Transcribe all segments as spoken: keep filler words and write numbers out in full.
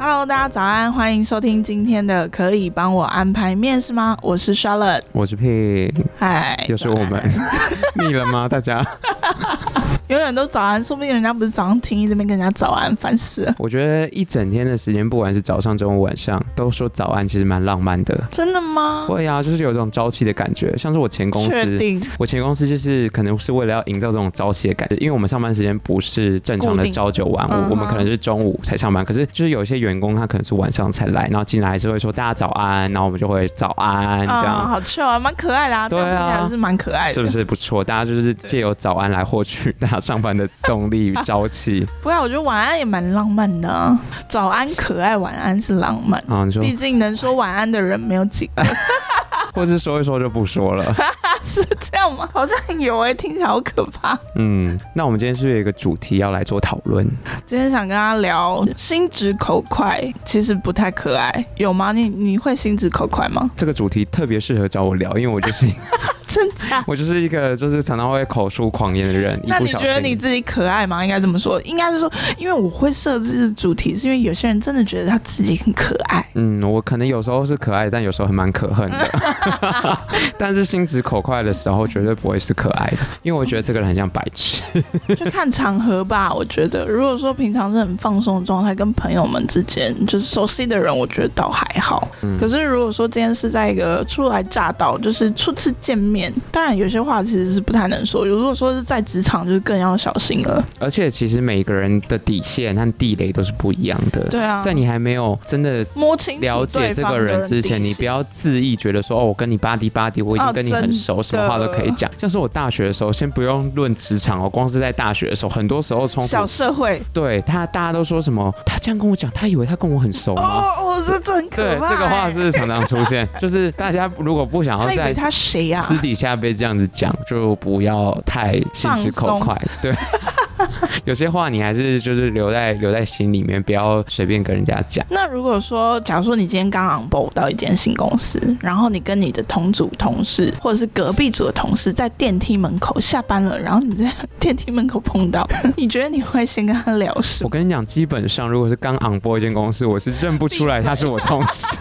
Hello， 大家早安，欢迎收听今天的可以帮我安排面试吗？我是 Charlotte， 我是 Ping， 嗨， 又是我们，腻了吗？大家永远都早安，说不定人家不是早上听这边跟人家早安，烦死了。 我觉得一整天的时间，不管是早上、中午、晚上，都说早安，其实蛮浪漫的。 真的吗？ 会啊，就是有这种朝气的感觉。像是我前公司， 确定？ 我前公司就是可能是为了要营造这种朝气的感觉，因为我们上班时间不是正常的朝九晚五，嗯、我们可能是中午才上班，可是就是有一些员工他可能是晚上才来，然后进来还是会说大家早安，然后我们就会早安这样， 哦、好chill啊，蛮可爱的啊，对啊，还是蛮可爱的， 是不是不错？大家就是借由早安来获取大家上班的动力与朝气。 不要，我觉得晚安也蛮浪漫的、啊，早安可爱，晚安是浪漫。啊、你说，毕竟能说晚安的人没有几个。 或是说一说就不说了。 是这样吗？好像有诶、欸，听起来好可怕。 嗯，那我们今天是不是有一个主题要来做讨论？ 今天想跟他聊心直口快，其实不太可爱，有吗？你你会心直口快吗？ 这个主题特别适合找我聊，因为我就是真假？ 我就是一个就是常常会口出狂言的人。 那你觉得你自己可爱吗？应该这么说，应该是说，因为我会设置主题，是因为有些人真的觉得他自己很可爱。 嗯，我可能有时候是可爱，但有时候还蛮可恨的。但是心直口快的时候，绝对不会是可爱的，因为我觉得这个人很像白痴。 就看场合吧，我觉得，如果说平常是很放松的状态，跟朋友们之间就是熟悉的人，我觉得倒还好。嗯、可是如果说今天是在一个初来乍到，就是初次见面，当然有些话其实是不太能说。如果说是在职场，就是更要小心了。 而且其实每个人的底线和地雷都是不一样的。 对啊， 在你还没有真的摸清了解这个人之前，你不要恣意觉得说哦，我跟你巴迪巴迪，我已经跟你很熟，哦、什么话都可以讲。像是我大学的时候，先不用论职场哦，光是在大学的时候，很多时候从小社会， 对他大家都说什么，他这样跟我讲，他以为他跟我很熟吗？ 哦哦，这这很可怕。 对，这个话是常常出现，就是大家如果不想要在他谁呀？ 私底下被这样子讲，就不要太心直口快。对。有些话你还是就是留在留在心里面，不要随便跟人家讲。 那如果说，假如说你今天刚 on board 到一间新公司，然后你跟你的同组同事或者是隔壁组的同事在电梯门口下班了，然后你在电梯门口碰到，你觉得你会先跟他聊什么？ 我跟你讲，基本上如果是刚 on board 一间公司，我是认不出来他是我同事，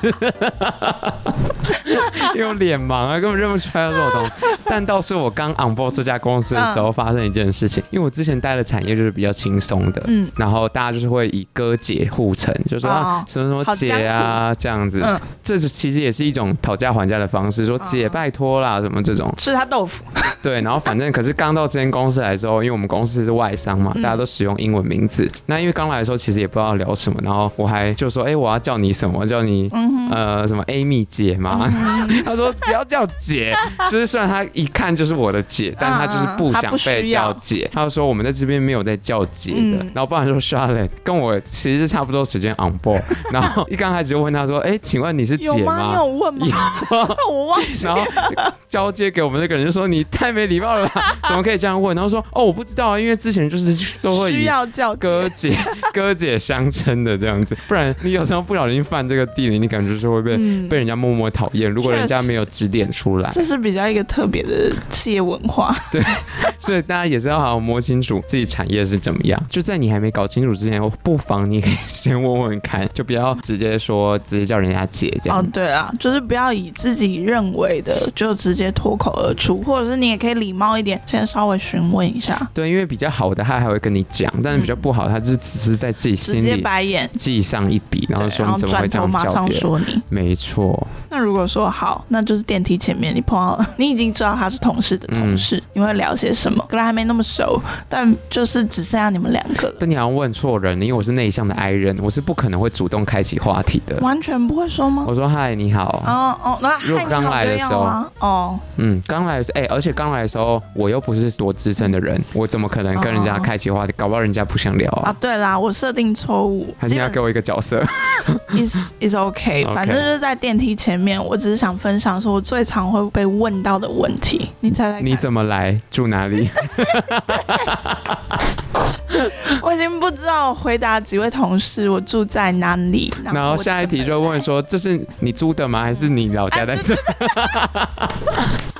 因为我脸盲啊，根本认不出来他是我同事。但倒是我刚 on board 这家公司的时候发生一件事情，因为我之前待的产业就是比较轻松的，嗯，然后大家就是会以哥姐互称，就说、哦、啊什么什么姐啊这样子，嗯，这其实也是一种讨价还价的方式，说姐拜托啦什么这种， 吃他豆腐。 对，然后反正可是刚到这间公司来之后，因为我们公司是外商嘛，嗯、大家都使用英文名字，那因为刚来的时候其实也不知道聊什么，然后我还就说，哎、欸，我要叫你什么？叫你、嗯、呃什么 Amy 姐吗？嗯、他说不要叫姐，就是虽然他一看就是我的姐，但他就是不想被叫姐，他就说我们在这边没有在叫姐的，嗯、然后不然说 Charlotte 跟我其实是差不多时间 on board， 然后一刚开始就问他说，哎、欸，请问你是姐吗？ 有吗？你有问吗？我忘记了。 然后交接给我们那个人就说你太没礼貌了吧，怎么可以这样问？然后说哦我不知道啊，因为之前就是都会以哥姐哥姐相称的这样子，不然你有时候不小心犯这个地雷，你感觉就是会被、嗯、被人家默默讨厌。如果人家没有指点出来， 这是比较一个特别的企业文化。 对，所以大家也是要好好摸清楚自己产业是怎么样。就在你还没搞清楚之前，不妨你可以先问问看，就不要直接说直接叫人家姐这样。 哦，对啊，就是不要以自己认为的就直接脱口而出，或者是你也可以礼貌一点，先稍微询问一下。 对，因为比较好的他还会跟你讲，但是比较不好，他就只是在自己心里直接白眼记上一笔，然后说你怎么会这样叫别人？ 马上说你， 没错。 那如果说好，那就是电梯前面你碰到，你已经知道他是同事的同事，嗯、你会聊些什么？可能还没那么熟，但就是只剩下你们两个了。 但你好像问错人，因为我是内向的 I 人，我是不可能会主动开启话题的。 完全不会说吗？ 我说嗨，你好。 哦哦，那如果刚来的时候， 哦， 嗯，刚来的时候，哎、欸，而且刚来的时候，我又不是多资深的人，我怎么可能跟人家开启话题？搞不好人家不想聊啊。 啊，对啦，我设定错误， 还是你要给我一个角色 ？Is is OK， 反正就是在电梯前面，我只是想分享说我最常会被问到的问题。你猜猜看， 你怎么来？住哪里？ 我已经不知道回答几位同事我住在哪里， 然后下一题就问说这是你租的吗？还是你老家在这？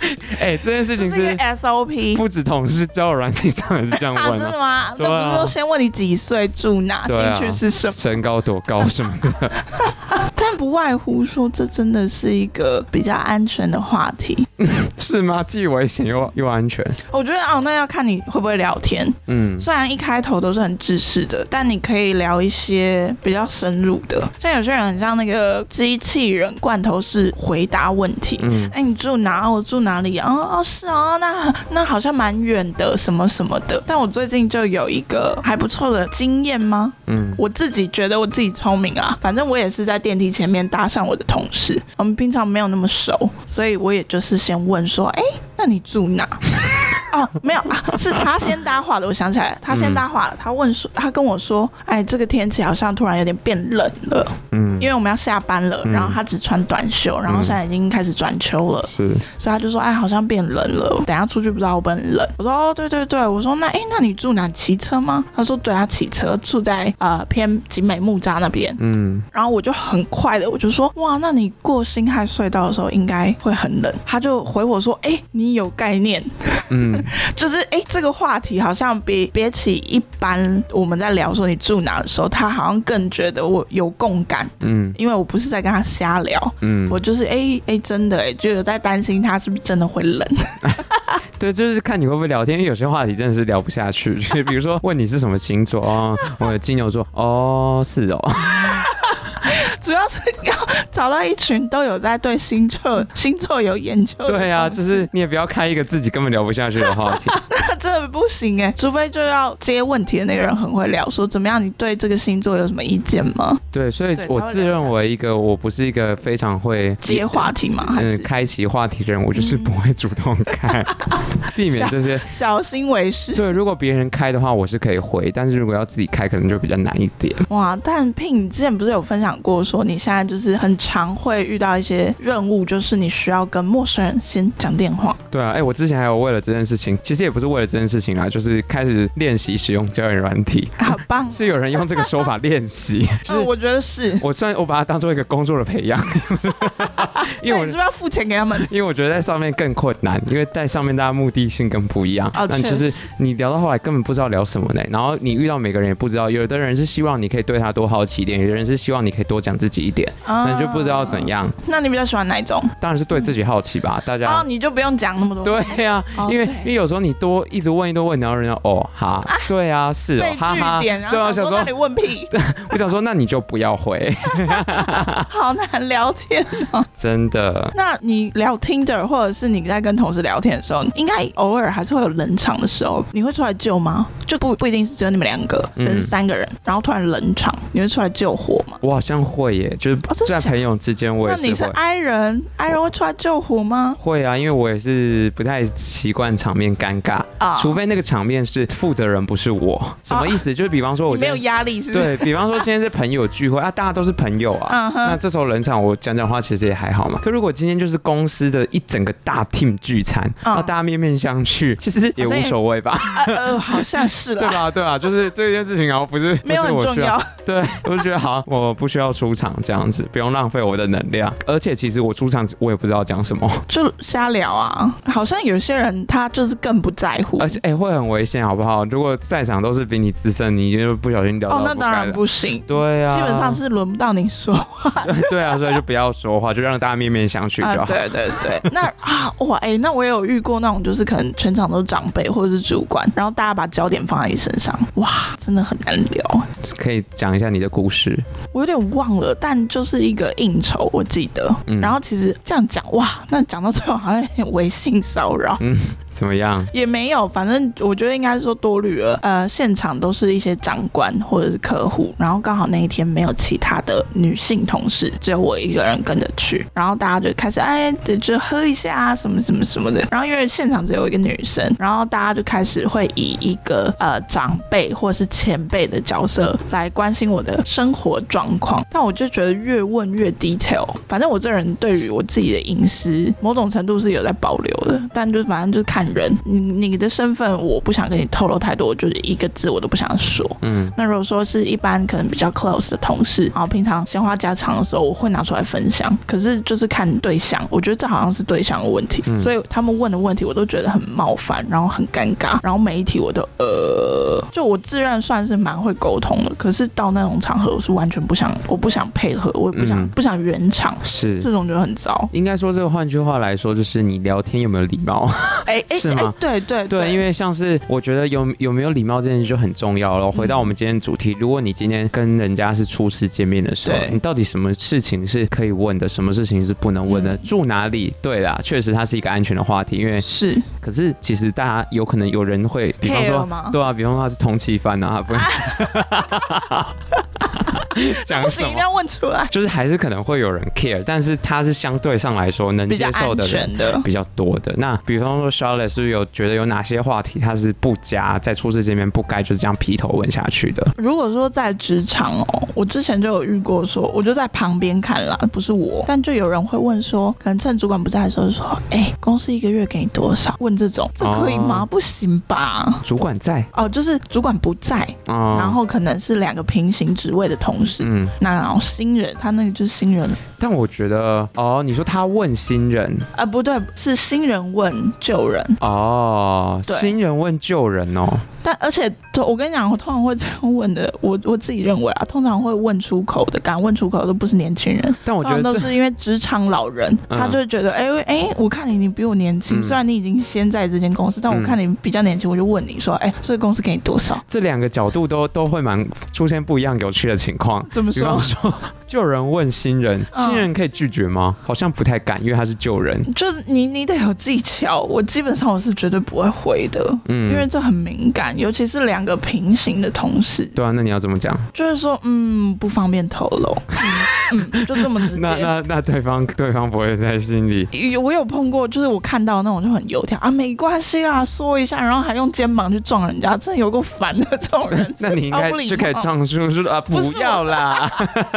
哎、欸，这件事情是 S O P， 不止同事交友软体上也是这样问啊？ 啊真的吗？啊、那不是都先问你几岁、住哪、兴趣是什么、 身高多高什么的？ 但不外乎说，这真的是一个比较安全的话题， 是吗？既危险又又安全。 我觉得哦，那要看你会不会聊天。嗯，虽然一开头都是很制式的，但你可以聊一些比较深入的。像有些人很像那个机器人罐头式回答问题。嗯，哎，你住哪？我住哪里？哦哦，是哦，那那好像蛮远的，什么什么的。但我最近就有一个还不错的经验吗？嗯，我自己觉得我自己聪明啊，反正我也是在电梯前面搭上我的同事，我们平常没有那么熟，所以我也就是先问说，哎，那你住哪？哦，没有啊，是他先搭话的。我想起来了，他先搭话了。他问说，他跟我说，哎，这个天气好像突然有点变冷了。嗯，因为我们要下班了，然后他只穿短袖，然后现在已经开始转秋了。是，所以他就说，哎，好像变冷了，等一下出去不知道会不会很冷。我说，哦，对对对，我说那，哎，那你住哪？骑车吗？他说，对，他骑车，住在呃偏景美木栅那边。嗯，然后我就很快的，我就说，哇，那你过辛亥隧道的时候应该会很冷。他就回我说，哎，你有概念。嗯。就是哎、欸，这个话题好像比比起一般我们在聊说你住哪的时候，他好像更觉得我有共感，嗯，因为我不是在跟他瞎聊，嗯，我就是哎哎、欸欸、真的哎、欸，就有在担心他是不是真的会冷。 对，就是看你会不会聊天，因为有些话题真的是聊不下去，就比如说问你是什么星座哦，我有金牛座，哦是哦。 主要是要找到一群都有在对星座星座有研究的。 对啊，就是你也不要开一个自己根本聊不下去的话题。 那真的不行哎、欸，除非就要接问题的那个人很会聊，说怎么样，你对这个星座有什么意见吗？ 对，所以我自认为一个我不是一个非常会接话题嘛，还是、 嗯、开启话题的人，我就是不会主动开，嗯、避免这些小心为是。 对，如果别人开的话，我是可以回，但是如果要自己开，可能就比较难一点。 哇，但Pin，你之前不是有分享过说你现在就是很常会遇到一些任务，就是你需要跟陌生人先讲电话。 对啊，哎、欸，我之前还有为了这件事情，其实也不是为了这件事情啦，就是开始练习使用交友软体。 好棒！ 是有人用这个手法练习。就是、 嗯，我觉得是。 我虽然我把它当做一个工作的培养， 因为我你是不是要付钱给他们？ 因为我觉得在上面更困难，因为在上面大家目的性更不一样。哦，那就是你聊到后来根本不知道聊什么呢，然后你遇到每个人也不知道，有的人是希望你可以对他多好奇一点，有的人是希望你可以多讲自己一点。那你就不知道怎样。 那你比较喜欢哪一种？ 当然是对自己好奇吧，大家。 哦，你就不用讲那么多。 对呀、啊，因为因为有时候你多一直问一多问，然后人家哦哈，啊对啊是哦，哈哈， 对啊，想说那你问屁。 我想说那你就不要回。 好难聊天哦， 真的。 那你聊 Tinder 或者是你在跟同事聊天的时候，应该偶尔还是会有冷场的时候，你会出来救吗？就不不一定是只有你们两个，可是三个人，嗯、然后突然冷场，你会出来救火吗？ 我好像会耶，就是在朋友之间我也是会。 那你是 I 人 ，I 人会出来救火吗？ 会啊，因为我也是不太习惯场面尴尬，啊、除非那个场面是负责人不是我。什么意思？啊、就是比方说我没有压力是不是？ 对，比方说今天是朋友聚会啊，大家都是朋友啊，uh-huh. 那这时候冷场我讲讲话其实也还好嘛。可如果今天就是公司的一整个大 team 聚餐，那、uh. 大家面面相觑，其实也无所谓吧？ 呃，好像是对吧？对吧？就是这件事情，然后不是没有很重要。 对，我就觉得好，我不需要出场这样子，不用浪费我的能量。而且其实我出场，我也不知道讲什么， 就瞎聊啊。好像有些人他就是更不在乎， 而且哎、欸、会很危险，好不好？如果在场都是比你资深，你就不小心聊到不该的， 哦，那当然不行。 对啊， 基本上是轮不到你说话。 对啊，所以就不要说话，就让大家面面相觑就好。啊、 对对对，那啊哇哎、欸，那我也有遇过那种，就是可能全场都是长辈或者是主管，然后大家把焦点放在你身上，哇，真的很难聊。 可以讲一下你的故事？ 我有点忘了，但就是一个应酬，我记得。嗯、然后其实这样讲，哇，那讲到最后好像有点微性骚扰。 嗯，怎么样？ 也没有，反正我觉得应该是说多虑了。呃，现场都是一些长官或者是客户，然后刚好那一天没有其他的女性同事，只有我一个人跟着去，然后大家就开始哎，就喝一下啊，什么什么什么的。然后因为现场只有一个女生，然后大家就开始会以一个呃长辈或是前辈的角色来关心我的生活状况，但我就觉得越问越 detail。反正我这人对于我自己的隐私某种程度是有在保留的，但就反正就是看看人，你你的身份我不想跟你透露太多，我就是一个字我都不想说。嗯，那如果说是一般可能比较 close 的同事，然后平常闲话家常的时候，我会拿出来分享。可是就是看对象，我觉得这好像是对象的问题，嗯、所以他们问的问题我都觉得很冒犯，然后很尴尬，然后每一题我都呃，就我自认算是蛮会沟通的，可是到那种场合我是完全不想，我不想配合，我也不想、嗯、不想圆场， 是这种就很糟。 应该说这个换句话来说，就是你聊天有没有礼貌？ 哎哎， 是吗？ 欸、对对 对, 对，因为像是我觉得有有没有礼貌这件事就很重要了。回到我们今天的主题，如果你今天跟人家是初次见面的时候，你到底什么事情是可以问的，什么事情是不能问的？嗯、住哪里？对啦，确实它是一个安全的话题，因为是。 可是其实大家有可能有人会，比方说，对啊，比方说他是通缉犯啊，不会。讲不行，一定要问出来。 就是还是可能会有人 care， 但是他是相对上来说能接受的人比较多的。那比方说 Charlotte 是不是有觉得有哪些话题他是不加在初次见面不该就是这样劈头问下去的？ 如果说在职场哦，我之前就有遇过说，我就在旁边看啦，不是我，但就有人会问说，可能趁主管不在的时候就说，哎、欸，公司一个月给你多少？问这种，这可以吗？哦、不行吧？ 主管在哦，就是主管不在，哦、然后可能是两个平行职位的同事，嗯，那然后新人，他那个就是新人。 但我觉得，哦，你说他问新人啊，不对，是新人问旧人。 哦，新人问旧人哦。 但而且我跟你讲，我通常会这样问的，我我自己认为啊，通常会问出口的，敢问出口的都不是年轻人， 但我觉得都是因为职场老人，嗯、他就会觉得，哎、欸、哎、欸，我看你你比我年轻，嗯、虽然你已经先在这间公司，但我看你比较年轻，我就问你说，哎、欸，所以公司给你多少？ 这两个角度都都会蛮出现不一样有趣的情况。 怎么说？ 比方说，旧人问新人，嗯、新人可以拒绝吗？好像不太敢，因为他是旧人。 就是你你得有技巧，我基本上我是绝对不会回的，嗯，因为这很敏感，尤其是两个平行的同事。 对啊，那你要怎么讲？ 就是说，嗯，不方便透露，嗯，嗯就这么直接。 那那那对方对方不会在心里？ 我有碰过，就是我看到那种就很油条啊，没关系啦，说一下，然后还用肩膀去撞人家，真的有够烦的这种人。 那你应该就可以撞出说啊，不要啦。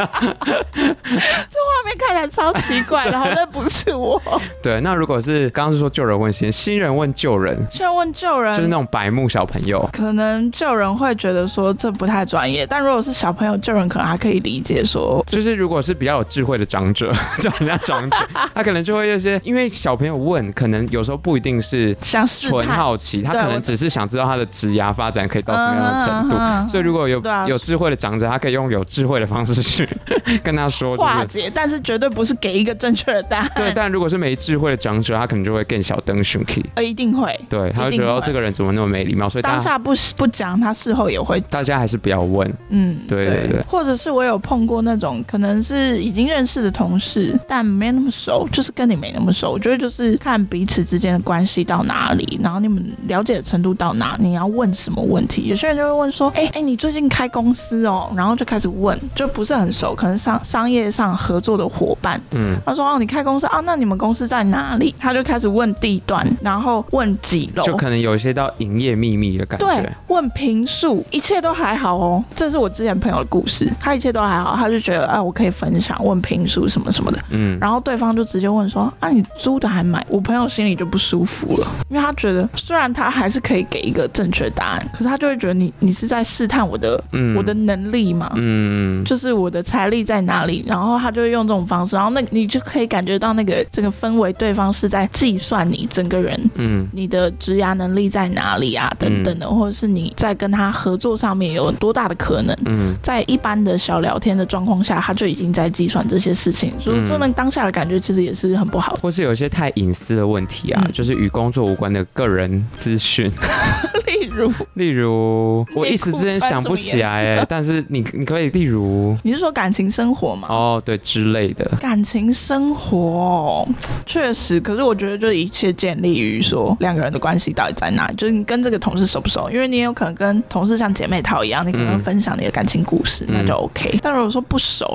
这画面看起来超奇怪的，好像不是我。 对，那如果是刚刚是说旧人问新，新人问旧人， 新人问旧人， 就是那种白目小朋友， 可能旧人会觉得说这不太专业，但如果是小朋友，旧人可能还可以理解说， 就是如果是比较有智慧的长者，叫人家长者，他可能就会有些，因为小朋友问，可能有时候不一定是纯好奇，他可能只是想知道他的职涯发展可以到什么样的程度，嗯、所以如果有、啊、有智慧的长者，他可以用有智慧的方式去跟他说、就是、 化解，但是绝对不是给一个正确的答案。 对，但如果是没智慧的长者，他可能就会更小灯熊 key， 呃，一定会， 对，他会觉得、哦、这个人怎么那么没礼貌，所以当下不不讲，他事后也会， 大家还是不要问，嗯，对对 对, 对， 或者是我有碰过那种可能是已经认识的同事，但没那么熟，就是跟你没那么熟，我觉得就是看彼此之间的关系到哪里，然后你们了解的程度到哪，你要问什么问题。有些人就会问说，哎、欸、哎、欸，你最近开公司哦，然后就开始问，就不是很熟，可能商商业上合作的伙伴，嗯，他说哦，你开公司啊，那你们公司在哪里？他就开始问地段，然后问几楼， 就可能有一些到营业秘密的感觉。 对，问坪数，一切都还好哦。这是我之前朋友的故事，他一切都还好，他就觉得啊，我可以分享，问坪数什么什么的，嗯，然后对方就直接问说，啊，你租的还买？我朋友心里就不舒服了，因为他觉得虽然他还是可以给一个正确答案，可是他就会觉得你你是在试探我的、嗯、我的能力嘛，嗯，就是我的财力在哪里，然后他就会用这种方式，然后那你就可以感觉到那个这个氛围，对方是在计算你整个人，嗯，你的职涯能力在哪里啊，等等的，嗯、或者是你在跟他合作上面有多大的可能，嗯，在一般的小聊天的状况下，他就已经在计算这些事情，所以真的当下的感觉其实也是很不好， 或是有一些太隐私的问题啊，嗯、就是与工作无关的个人资讯， 例如， 例如，我一时之间想不起来哎，但是你你可以例如， 你是说感情生活吗？ 哦，对之类的， 感情生活确实，可是我觉得就是一切建立于说两个人的关系到底在哪里，就是你跟这个同事熟不熟，因为你也有可能跟同事像姐妹淘一样，你可能会分享你的感情故事，嗯、那就 OK。但如果说不熟，然后就问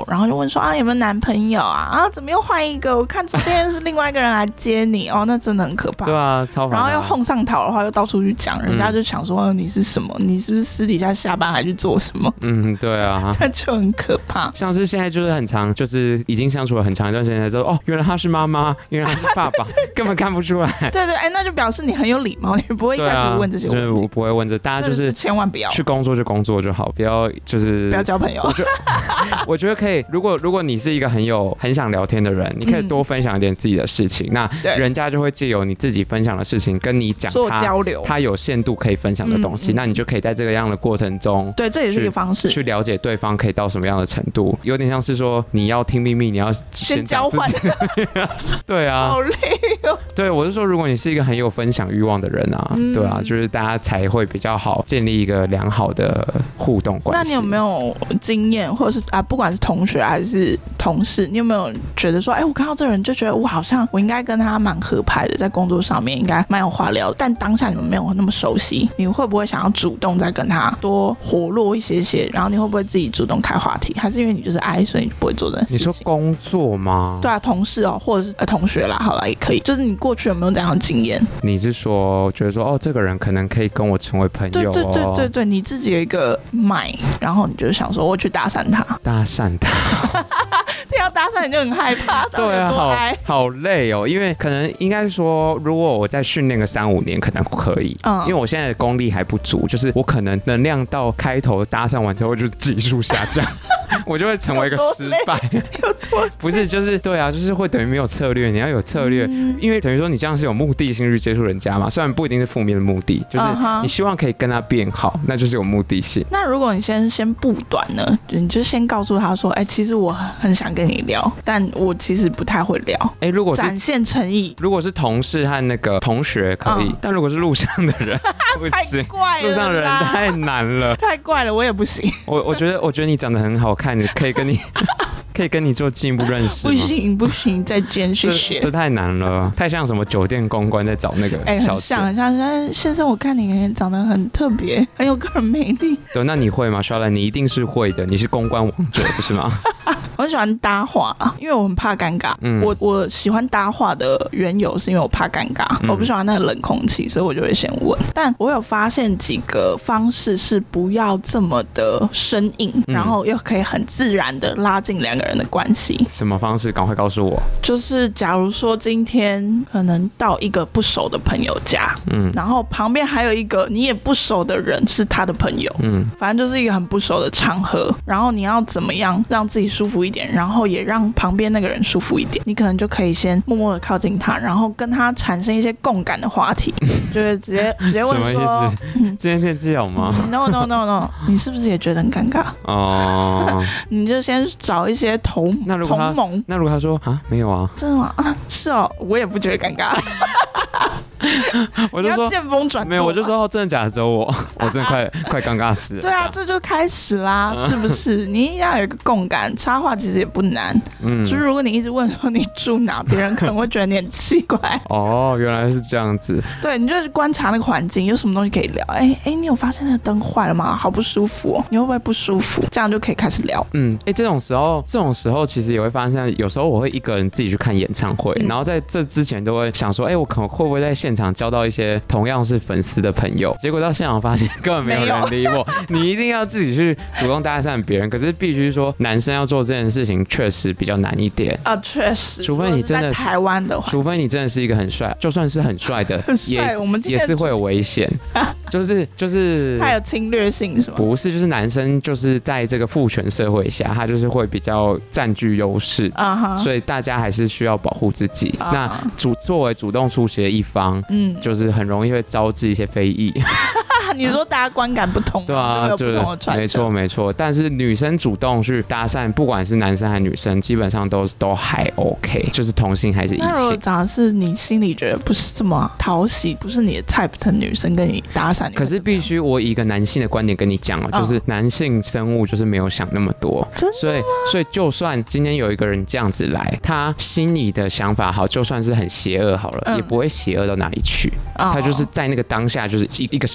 问说啊有没有男朋友啊，啊怎么又换一个？我看昨天是另外一个人来接你哦，那真的很可怕。 对啊，超烦、啊。 然后又哄上头的话，又到处去讲，人家就想说、嗯、你是什么？你是不是私底下下班还去做什么？ 嗯，对啊， 那就很可怕。 像是现在就是很长，就是已经相处了很长一段时间才知道，哦，原来他是妈妈，原来他是爸爸，根本看不出来。 对对，哎，那就表示你很有礼貌，你不会一开始问这些问题。 对啊，我不会问这，大家就是千万不要去工作就工作就好，不要就是不要交朋友。 我觉得我觉得可以，如果如果你是一个很有很想聊天的人，你可以多分享一点自己的事情，嗯、那人家就会借由你自己分享的事情跟你讲做交流， 他有限度可以分享的东西，嗯嗯、那你就可以在这个样的过程中， 对，这也是一个方式， 去了解对方可以到什么样的程度，有点像是说你要听秘密，你要先交换。 对啊， 好累哦。 对，我是说，如果你是一个很有分享欲望的人啊，嗯、对啊，就是大家才会比较好建立一个良好的互动关系。 那你有没有经验，或者是啊，不管是同学还是同事，你有没有觉得说，哎，我看到这个人就觉得我好像我应该跟他蛮合拍的，在工作上面应该蛮有话聊的，但当下你们没有那么熟悉，你会不会想要主动再跟他多活络一些些？然后你会不会自己主动开话题？还是因为你就是爱，所以你不会做这件事情？ 你说工作吗？ 对啊，同事哦，或者是、呃、同学啦，好啦，也可以。就是你过去有没有这样的经验？ 你是说觉得说哦，这个人可能可以跟我成为朋友、哦？ 对对对对对，你自己有一个麦，然后你就想说我去搭讪他， 搭讪他。 听到搭讪你就很害怕， 对啊，好好累哦。因为可能应该说，如果我再训练个三五年，可能可以。嗯，因为我现在的功力还不足，就是我可能能量到开头搭讪完之后就急速下降。我就会成为一个失败，不是就是对啊，就是会等于没有策略。你要有策略，嗯、因为等于说你这样是有目的性去接触人家嘛，虽然不一定是负面的目的，就是你希望可以跟他变好，那就是有目的性。 那如果你先先不短呢，你就先告诉他说，哎、欸，其实我很想跟你聊，但我其实不太会聊。 哎、欸，如果是展现诚意， 如果是同事和那个同学可以，嗯、但如果是路上的人不行， 太怪了， 路上的人太难了， 太怪了，我也不行。 我我觉得我觉得你长得很好看。你可以跟你可以跟你做进一步认识吗？ 不行不行，再见谢谢。 这太难了，太像什么酒店公关在找那个小姐。 哎、欸，很像很像。先生，我看你长得很特别，很有个人魅力。 对，那你会吗 ？Charlotte， 你一定是会的，你是公关王者，不是吗？ 我很喜欢搭话，因为我很怕尴尬。嗯、我我喜欢搭话的缘由是因为我怕尴尬，嗯、我不喜欢那个冷空气，所以我就会先问。但我有发现几个方式是不要这么的生硬，嗯、然后又可以很自然的拉近两个人的关系。 什么方式？赶快告诉我。 就是假如说今天可能到一个不熟的朋友家，嗯，然后旁边还有一个你也不熟的人是他的朋友，嗯，反正就是一个很不熟的场合，然后你要怎么样让自己舒服一点，然后也让旁边那个人舒服一点，你可能就可以先默默的靠近他，然后跟他产生一些共感的话题，就是直接直接问说， 什么意思？嗯、今天天气好吗、 嗯、？No No No No， 你是不是也觉得很尴尬？哦，你就先找一些同同盟。 那如果他说啊没有啊， 真的吗？啊是哦，我也不觉得尴尬。 我就说见风转舵， 没有，我就说、哦、真的假的，只有我，我真的快快尴尬死了。 对啊，这就开始啦，是不是？你一定要有一个共感，插话其实也不难。嗯，就是如果你一直问说你住哪，别人可能会觉得你很奇怪。 哦，原来是这样子。 对，你就是观察那个环境，有什么东西可以聊。哎哎，你有发现那个灯坏了吗？好不舒服哦，你会不会不舒服？这样就可以开始聊。 嗯，哎，这种时候，这种时候其实也会发现，有时候我会一个人自己去看演唱会，嗯、然后在这之前都会想说，哎，我可能会不会在现场交到一些同样是粉丝的朋友，结果到现场发现根本没有人理我。你一定要自己去主动搭讪别人，可是必须说男生要做这件事情确实比较难一点啊， 确实， 除非你真的是在台湾的话， 除非你真的是一个很帅，就算是很帅的，也也是会有危险，就是就是他有侵略性是吗？ 不是，就是男生就是在这个父权社会下，他就是会比较占据优势， uh-huh. 所以大家还是需要保护自己。Uh-huh. 那主作为主动出击的一方，嗯，就是很容易会招致一些非议。 你说大家观感不同， 对啊， 就有不同的传承， 没错没错。但是女生主动去搭讪，不管是男生还是女生，基本上都都还 OK， 就是同性还是异性。 那如果长得是你心里觉得不是这么讨喜，不是你的 type 的女生跟你搭讪， 可是必须我以一个男性的观点跟你讲哦，就是男性生物就是没有想那么多， 真的吗？ 所以所以就算今天有一个人这样子来，他心里的想法好，就算是很邪恶好了，嗯、也不会邪恶到哪里去。哦、他就是在那个当下就是一一个念头，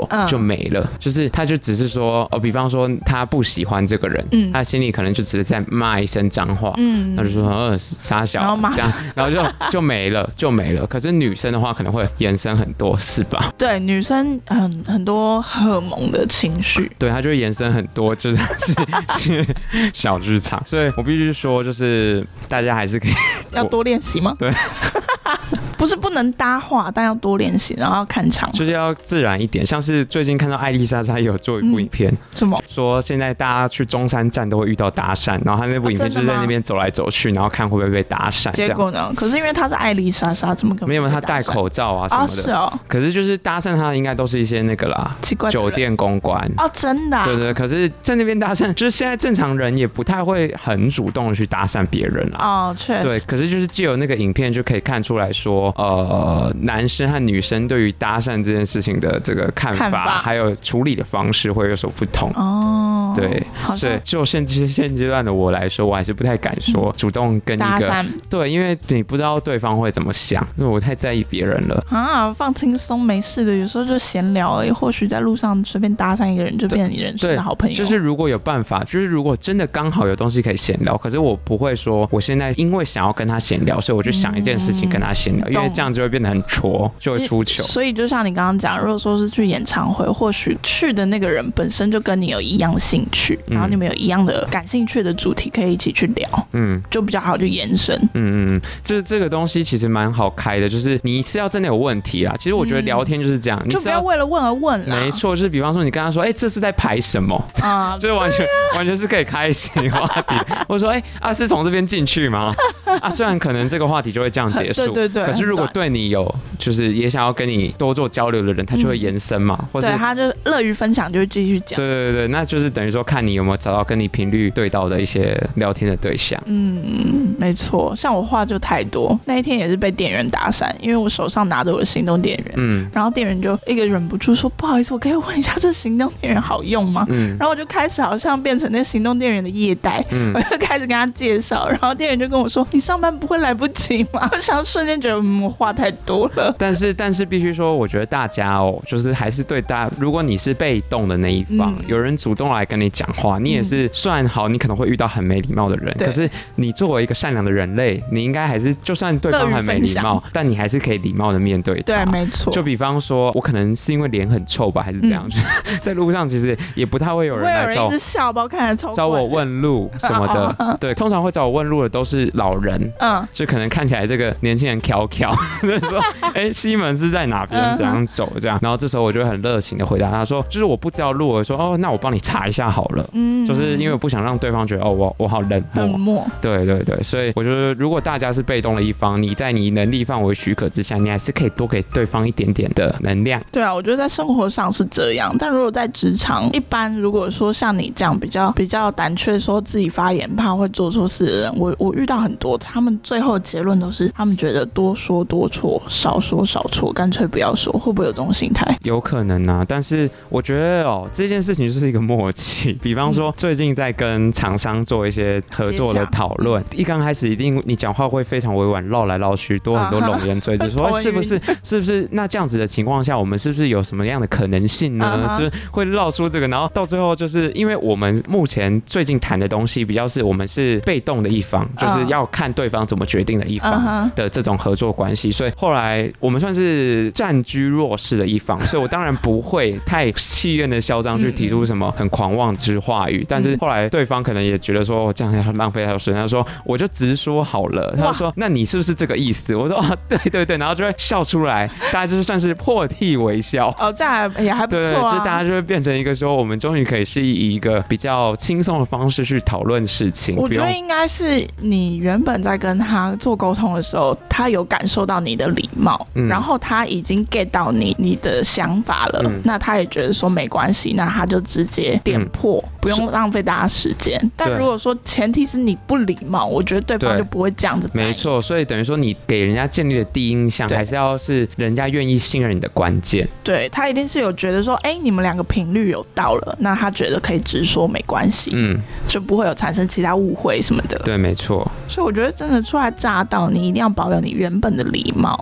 久就没了，嗯、就是他就只是说哦，比方说他不喜欢这个人，嗯、他心里可能就只是在骂一声脏话，嗯，他就说呃傻小这样，然后就就没了就没了。可是女生的话可能会延伸很多，是吧？ 对，女生很很多荷尔蒙的情绪， 对，她就会延伸很多，就是是小剧场。所以我必须说，就是大家还是可以要多练习吗？ 对。 不是不能搭话，但要多练习，然后要看场， 就是要自然一点。像是最近看到艾丽莎莎也有做一部影片，嗯、 什么说现在大家去中山站都会遇到搭讪，然后他那部影片就是在那边走来走去，然后看会不会被搭讪。 结果呢？可是因为他是艾丽莎莎，怎么可能没有？他戴口罩啊什么的。 哦，是哦。 可是就是搭讪他的应该都是一些那个啦， 奇怪的酒店公关哦，真的、啊。 对对，可是在那边搭讪，就是现在正常人也不太会很主动的去搭讪别人啦。 哦，确实。 对，可是就是藉由那个影片就可以看出来说，呃。男生和女生对于搭讪这件事情的这个看 法, 看法还有处理的方式会有所不同哦。对，所以就现现阶段的我来说，我还是不太敢说主动跟一个对，因为你不知道对方会怎么想，因为我太在意别人了啊。放轻松没事的，有时候就闲聊而已，或许在路上随便搭讪一个人就变成你人生的好朋友。 就是如果有办法，就是如果真的刚好有东西可以闲聊，可是我不会说我现在因为想要跟他闲聊，所以我就想一件事情跟他闲聊，嗯、因为这样就会变得很戳，就会出糗。 所以就像你刚刚讲，如果说是去演唱会，或许去的那个人本身就跟你有一样兴趣，嗯、然后你们有一样的感兴趣的主题可以一起去聊，嗯，就比较好去延伸。 嗯嗯，这这个东西其实蛮好开的，就是你是要真的有问题啦。其实我觉得聊天就是这样，嗯、你就不要为了问而问啦。 没错，就是比方说你跟他说，哎、欸，这是在排什么啊？这完全、啊、完全是可以开启话题。或者说，哎、欸、啊，是从这边进去吗？啊，虽然可能这个话题就会这样结束， 对对对， 可是如果对你有就是也想要跟你多做交流的人，他就会延伸嘛，嗯、或者对，他就乐于分享，就会继续讲。 对对对，那就是等于说看你有没有找到跟你频率对到的一些聊天的对象。 嗯，没错，像我话就太多，那一天也是被店员搭讪，因为我手上拿着我的行动电源，嗯，然后店员就一个忍不住说：“不好意思，我可以问一下，这行动电源好用吗？”嗯，然后我就开始好像变成那行动电源的业代，嗯，我就开始跟他介绍，然后店员就跟我说：“你上班不会来不及吗？”我想瞬间觉得嗯，我话太多了。 但是但是必须说，我觉得大家哦，就是还是对大家，如果你是被动的那一方，嗯、有人主动来跟你讲话，你也是算好，你可能会遇到很没礼貌的人，可是你作为一个善良的人类，你应该还是就算对方很没礼貌，但你还是可以礼貌的面对他。 对，没错。 就比方说，我可能是因为脸很臭吧，还是这样，嗯、在路上其实也不太会有人来找， 会有人一直笑吧，看起来超找我问路什么的。哦、对，通常会找我问路的都是老人，嗯，就可能看起来这个年轻人翘翘，就是说，哎、欸，西门是在哪边，怎样走这样。然后这时候我就很热情的回答他说，就是我不知道路，我说哦，那我帮你查一下好了。嗯，就是因为我不想让对方觉得哦，我我好冷漠。冷漠。对对对，所以我觉得如果大家是被动的一方，你在你能力范围许可之下，你还是可以多给对方一点点的能量。 对啊，我觉得在生活上是这样，但如果在职场，一般如果说像你这样比较比较胆怯，说自己发言怕会做错事的人，我我遇到很多，他们最后结论都是他们觉得多说多错，少说少错，干脆不要说。会不会有这种心态？ 有可能啊，但是我觉得哦，这件事情就是一个默契。比方说，最近在跟厂商做一些合作的讨论，一刚开始一定你讲话会非常委婉，绕来绕去，多很多冗言赘字，说、欸、是不是是不是？那这样子的情况下，我们是不是有什么样的可能性呢？ uh-huh. 就是会绕出这个，然后到最后就是因为我们目前最近谈的东西比较是我们是被动的一方，就是要看对方怎么决定的一方的这种合作关系，所以后来我们算是占居弱势的一方，所以我当然不会太气焰的嚣张去提出什么很狂妄之话语，但是后来对方可能也觉得说、哦、这样要浪费他的时间，他说我就直说好了，他就说那你是不是这个意思？我说哦对对对，然后就会笑出来，大家就是算是破涕为笑。 哦，这样也还不错啊。对， 所以大家就会变成一个说，我们终于可以是以一个比较轻松的方式去讨论事情。 我觉得应该是你原本在跟他做沟通的时候，他有感受到你的礼貌、嗯，然后他已经 get 到你你的想法了、嗯，那他也觉得说没关系，那他就直接点破，嗯、不用浪费大家时间。但如果说前提是你不礼貌，我觉得对方就不会这样子。 没错，所以等于说你给人家建立的第一印象，还是要是人家愿意信任你的关键。 对，他一定是有觉得说，哎、欸，你们两个频率有到了，那他觉得可以直说没关系，嗯，就不会有产生其他误会什么的。 对，没错。 所以我觉得真的初来乍到，你一定要保有你原本的礼貌，嗯、才有可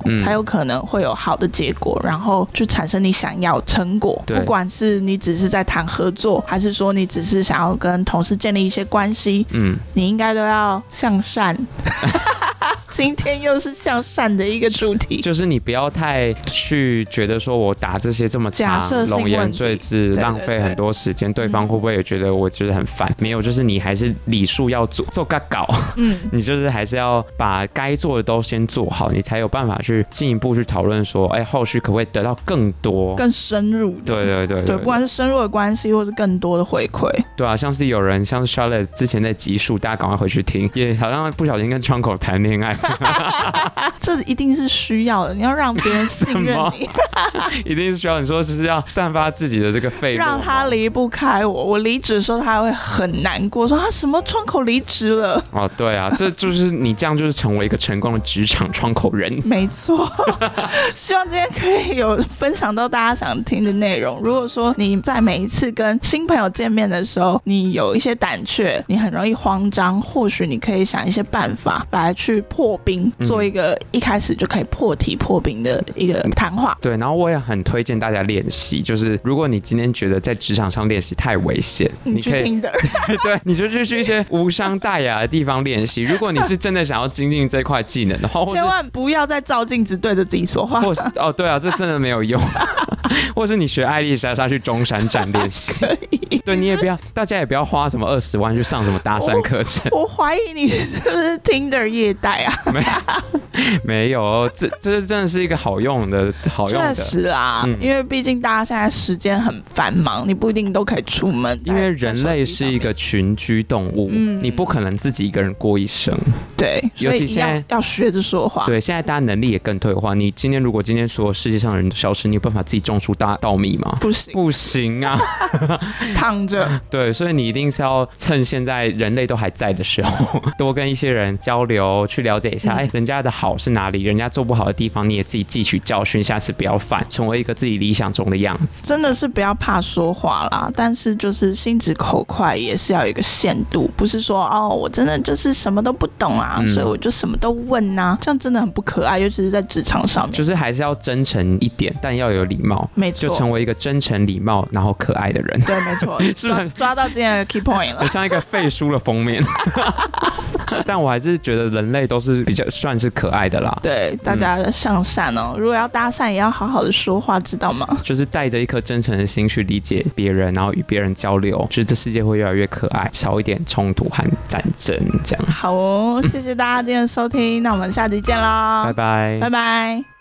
可能会有好的结果，然后去产生你想要成果。不管是你只是在谈合作，还是说你只是想要跟同事建立一些关系，嗯，你应该都要向善。今天又是向善的一个主题， 就是你不要太去觉得说我打这些这么长冗言赘字，浪费很多时间，对方会不会也觉得我觉得很烦？嗯、没有，就是你还是礼数要做做个稿，嗯，你就是还是要把该做的都先做好，你才有办法去进一步去讨论说，哎，后续可不可以得到更多、 更深入的？ 对对 对, 对, 对，不管是深入的关系，或是更多的回馈。 对啊，像是有人像是 Charlotte 之前在集数，大家赶快回去听，也好像不小心跟窗口谈恋爱。 这一定是需要的，你要让别人信任你。 一定是需要你说，就是要散发自己的这个费洛蒙， 让他离不开我。我离职的时候，他会很难过，说他什么窗口离职了。 哦，对啊，这就是你这样就是成为一个成功的职场窗口人。 没错，希望今天可以有分享到大家想听的内容。如果说你在每一次跟新朋友见面的时候，你有一些胆怯，你很容易慌张，或许你可以想一些办法来去破冰，做一个一开始就可以破题破冰的一个谈话。 对，然后我也很推荐大家练习，就是如果你今天觉得在职场上练习太危险， 你可以听的， 对对，你就去一些无伤大雅的地方练习。如果你是真的想要精进这块技能的话， 千万不要再照镜子对着自己说话。 或是哦，对啊，这真的没有用。或是你学艾丽莎莎去中山站练习，对，你也不要，大家也不要花什么二十万去上什么搭讪课程。 我, 我怀疑你是不是 Tinder 业代啊？ 没没有，这这真的是一个好用的好用的。 确实啦、嗯，因为毕竟大家现在时间很繁忙，你不一定都可以出门。 因为人类是一个群居动物，嗯、你不可能自己一个人过一生。 对，尤其现在要学着说话。 对，现在大家能力也更退化。你今天如果今天所有世界上的人都消失，你有办法自己种出大稻米吗？ 不行， 不行啊， 躺着。 对，所以你一定是要趁现在人类都还在的时候，多跟一些人交流，去了解一下，哎、嗯，人家的好是哪里，人家做不好的地方，你也自己汲取教训，下次不要犯，成为一个自己理想中的样子。 真的是不要怕说话啦，但是就是心直口快也是要有一个限度，不是说哦，我真的就是什么都不懂啊，嗯、所以我就什么都问啊，这样真的很不可爱，尤其是在职场上面。 就是还是要真诚一点，但要有礼貌。 没错， 就成为一个真诚、礼貌，然后可爱的人。 对，没错，抓, 抓到今天的 key point 了， 很像一个废书的封面。但我还是觉得人类都是比较算是可爱的啦。 对，大家向善哦、嗯。如果要搭讪，也要好好的说话，知道吗？ 就是带着一颗真诚的心去理解别人，然后与别人交流，就是这世界会越来越可爱，少一点冲突和战争。这样。 好哦，谢谢大家今天的收听，那我们下集见喽， 拜拜， 拜拜。